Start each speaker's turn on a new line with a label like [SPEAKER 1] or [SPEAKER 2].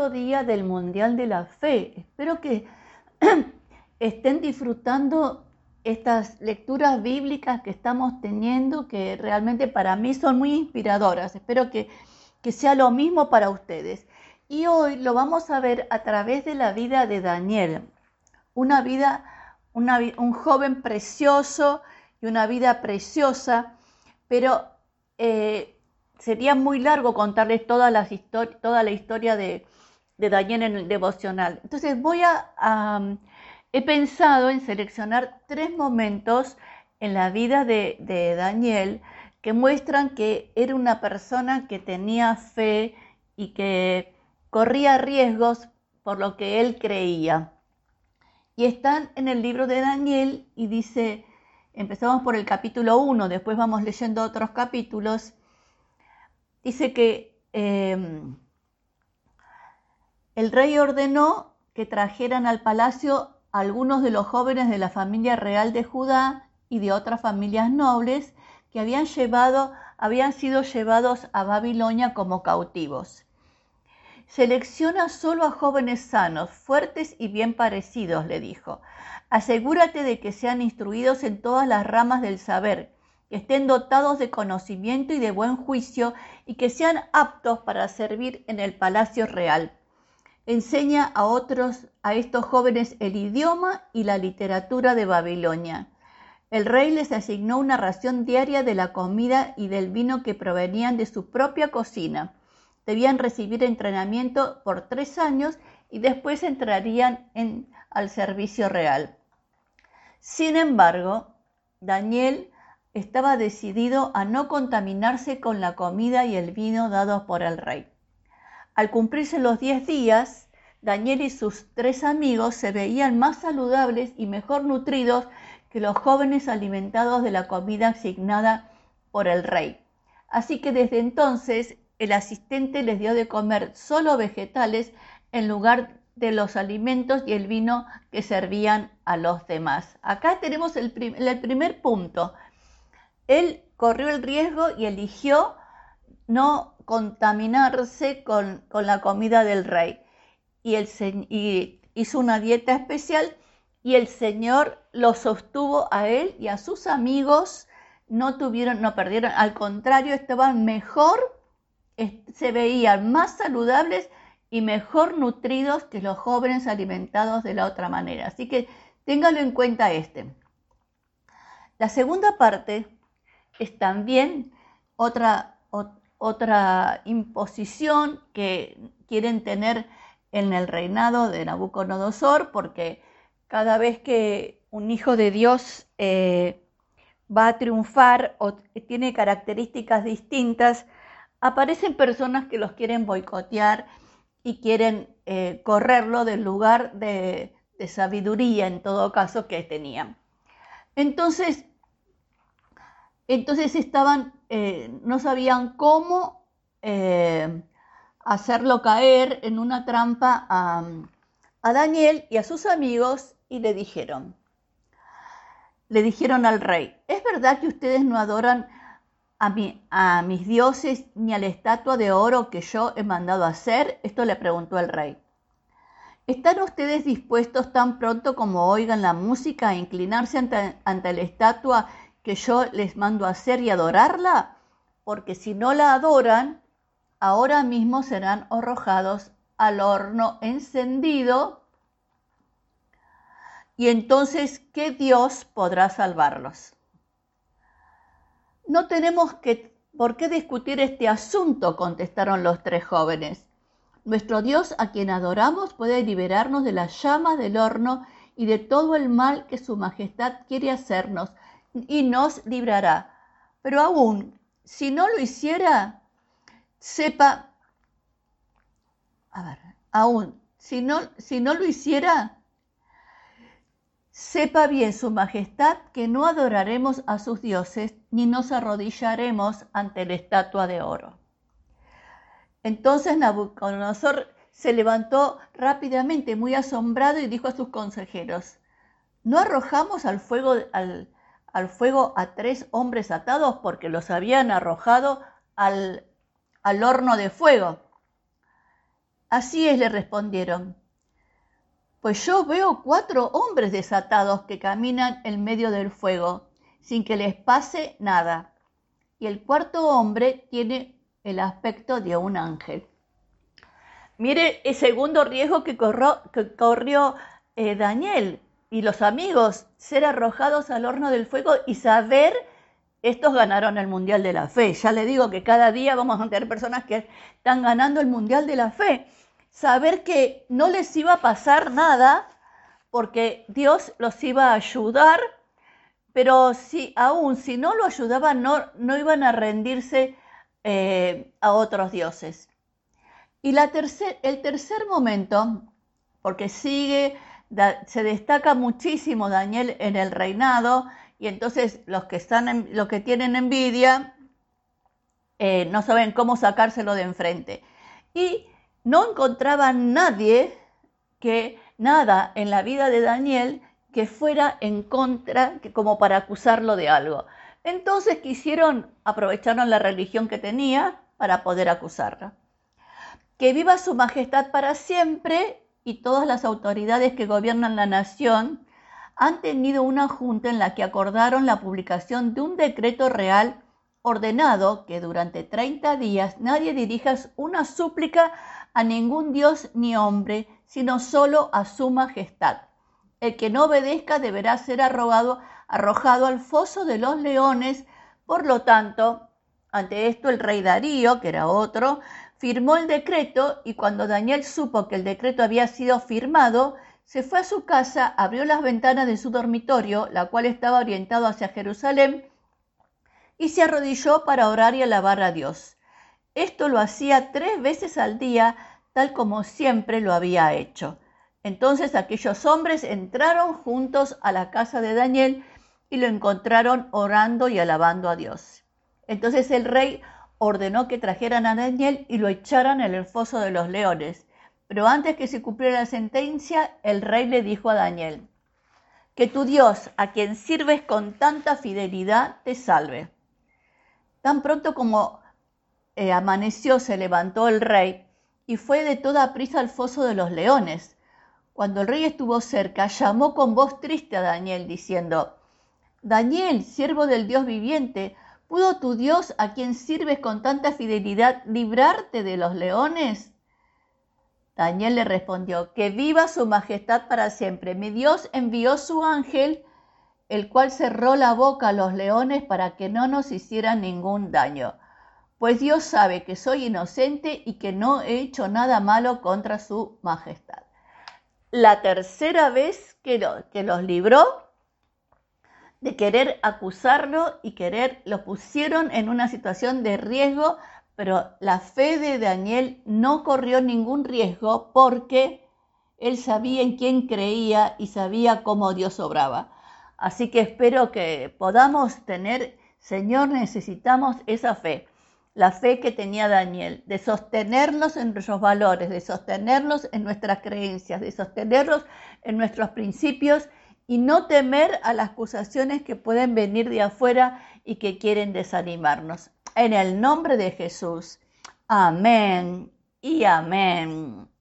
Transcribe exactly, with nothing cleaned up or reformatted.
[SPEAKER 1] cuarto día del Mundial de la Fe. Espero que estén disfrutando estas lecturas bíblicas que estamos teniendo, que realmente para mí son muy inspiradoras. Espero que, que sea lo mismo para ustedes. Y hoy lo vamos a ver a través de la vida de Daniel. Una vida, una, un joven precioso y una vida preciosa, pero eh, sería muy largo contarles toda, las histori- toda la historia de, de Daniel en el devocional. Entonces voy a, a, he pensado en seleccionar tres momentos en la vida de, de Daniel que muestran que era una persona que tenía fe y que corría riesgos por lo que él creía. Y están en el libro de Daniel y dice, empezamos por el capítulo uno, después vamos leyendo otros capítulos. Dice que eh, el rey ordenó que trajeran al palacio a algunos de los jóvenes de la familia real de Judá y de otras familias nobles que habían, llevado, habían sido llevados a Babilonia como cautivos. Selecciona solo a jóvenes sanos, fuertes y bien parecidos, le dijo. Asegúrate de que sean instruidos en todas las ramas del saber, que estén dotados de conocimiento y de buen juicio y que sean aptos para servir en el palacio real. Enseña a otros, a estos jóvenes, el idioma y la literatura de Babilonia. El rey les asignó una ración diaria de la comida y del vino que provenían de su propia cocina. Debían recibir entrenamiento por tres años y después entrarían en, al servicio real. Sin embargo, Daniel estaba decidido a no contaminarse con la comida y el vino dados por el rey. Al cumplirse los diez días, Daniel y sus tres amigos se veían más saludables y mejor nutridos que los jóvenes alimentados de la comida asignada por el rey. Así que desde entonces el asistente les dio de comer solo vegetales en lugar de los alimentos y el vino que servían a los demás. Acá tenemos el, prim- el primer punto. Él corrió el riesgo y eligió no contaminarse con, con la comida del rey. Y, el, y hizo una dieta especial y el Señor lo sostuvo a él y a sus amigos. No tuvieron, no perdieron, al contrario, estaban mejor, se veían más saludables y mejor nutridos que los jóvenes alimentados de la otra manera. Así que téngalo en cuenta este. La segunda parte es también otra, otra imposición que quieren tener en el reinado de Nabucodonosor, porque cada vez que un hijo de Dios eh, va a triunfar o tiene características distintas, aparecen personas que los quieren boicotear y quieren eh, correrlo del lugar de, de sabiduría, en todo caso, que tenían. Entonces, entonces estaban, eh, no sabían cómo eh, hacerlo caer en una trampa a, a Daniel y a sus amigos y le dijeron, le dijeron al rey, ¿es verdad que ustedes no adoran a, mi, a mis dioses ni a la estatua de oro que yo he mandado a hacer? Esto le preguntó el rey. ¿Están ustedes dispuestos tan pronto como oigan la música a inclinarse ante, ante la estatua que yo les mando a hacer y adorarla? Porque si no la adoran, ahora mismo serán arrojados al horno encendido y entonces, ¿qué Dios podrá salvarlos? No tenemos que, por qué discutir este asunto, contestaron los tres jóvenes. Nuestro Dios, a quien adoramos, puede liberarnos de las llamas del horno y de todo el mal que su majestad quiere hacernos, y nos librará. Pero aún, si no lo hiciera, sepa, a ver, aún, si no, si no lo hiciera, sepa bien su majestad que no adoraremos a sus dioses ni nos arrodillaremos ante la estatua de oro. Entonces Nabucodonosor se levantó rápidamente, muy asombrado, y dijo a sus consejeros, ¿no arrojamos al fuego, al, al fuego a tres hombres atados? Porque los habían arrojado al, al horno de fuego. Así es, le respondieron. Pues yo veo cuatro hombres desatados que caminan en medio del fuego, sin que les pase nada. Y el cuarto hombre tiene el aspecto de un ángel. Mire el segundo riesgo que corrió, que corrió eh, Daniel y los amigos, ser arrojados al horno del fuego y saber, estos ganaron el Mundial de la Fe. Ya le digo que cada día vamos a tener personas que están ganando el Mundial de la Fe. Saber que no les iba a pasar nada porque Dios los iba a ayudar, pero si aún si no lo ayudaban, no, no iban a rendirse eh, a otros dioses. Y la tercer, el tercer momento, porque sigue, da, se destaca muchísimo Daniel en el reinado, y entonces los que, están en, los que tienen envidia eh, no saben cómo sacárselo de enfrente. Y no encontraban nadie, que nada en la vida de Daniel que fuera en contra, que como para acusarlo de algo. Entonces quisieron, aprovecharon la religión que tenía para poder acusarla. Que viva su majestad para siempre, y todas las autoridades que gobiernan la nación han tenido una junta en la que acordaron la publicación de un decreto real ordenado que durante treinta días nadie dirija una súplica a ningún dios ni hombre, sino solo a su majestad. El que no obedezca deberá ser arrojado, arrojado al foso de los leones. Por lo tanto, ante esto el rey Darío, que era otro, firmó el decreto, y cuando Daniel supo que el decreto había sido firmado, se fue a su casa, abrió las ventanas de su dormitorio, la cual estaba orientado hacia Jerusalén, y se arrodilló para orar y alabar a Dios. Esto lo hacía tres veces al día, tal como siempre lo había hecho. Entonces aquellos hombres entraron juntos a la casa de Daniel y lo encontraron orando y alabando a Dios. Entonces el rey ordenó que trajeran a Daniel y lo echaran en el foso de los leones. Pero antes que se cumpliera la sentencia, el rey le dijo a Daniel: que tu Dios, a quien sirves con tanta fidelidad, te salve. Tan pronto como eh, amaneció, se levantó el rey y fue de toda prisa al foso de los leones. Cuando el rey estuvo cerca, llamó con voz triste a Daniel, diciendo: Daniel, siervo del Dios viviente, ¿pudo tu Dios, a quien sirves con tanta fidelidad, librarte de los leones? Daniel le respondió: que viva su majestad para siempre. Mi Dios envió su ángel, el cual cerró la boca a los leones para que no nos hicieran ningún daño. Pues Dios sabe que soy inocente y que no he hecho nada malo contra su majestad. La tercera vez que, lo, que los libró de querer acusarlo y querer, lo pusieron en una situación de riesgo, pero la fe de Daniel no corrió ningún riesgo porque él sabía en quién creía y sabía cómo Dios obraba. Así que espero que podamos tener, Señor, necesitamos esa fe, la fe que tenía Daniel, de sostenernos en nuestros valores, de sostenernos en nuestras creencias, de sostenernos en nuestros principios y no temer a las acusaciones que pueden venir de afuera y que quieren desanimarnos. En el nombre de Jesús. Amén y amén.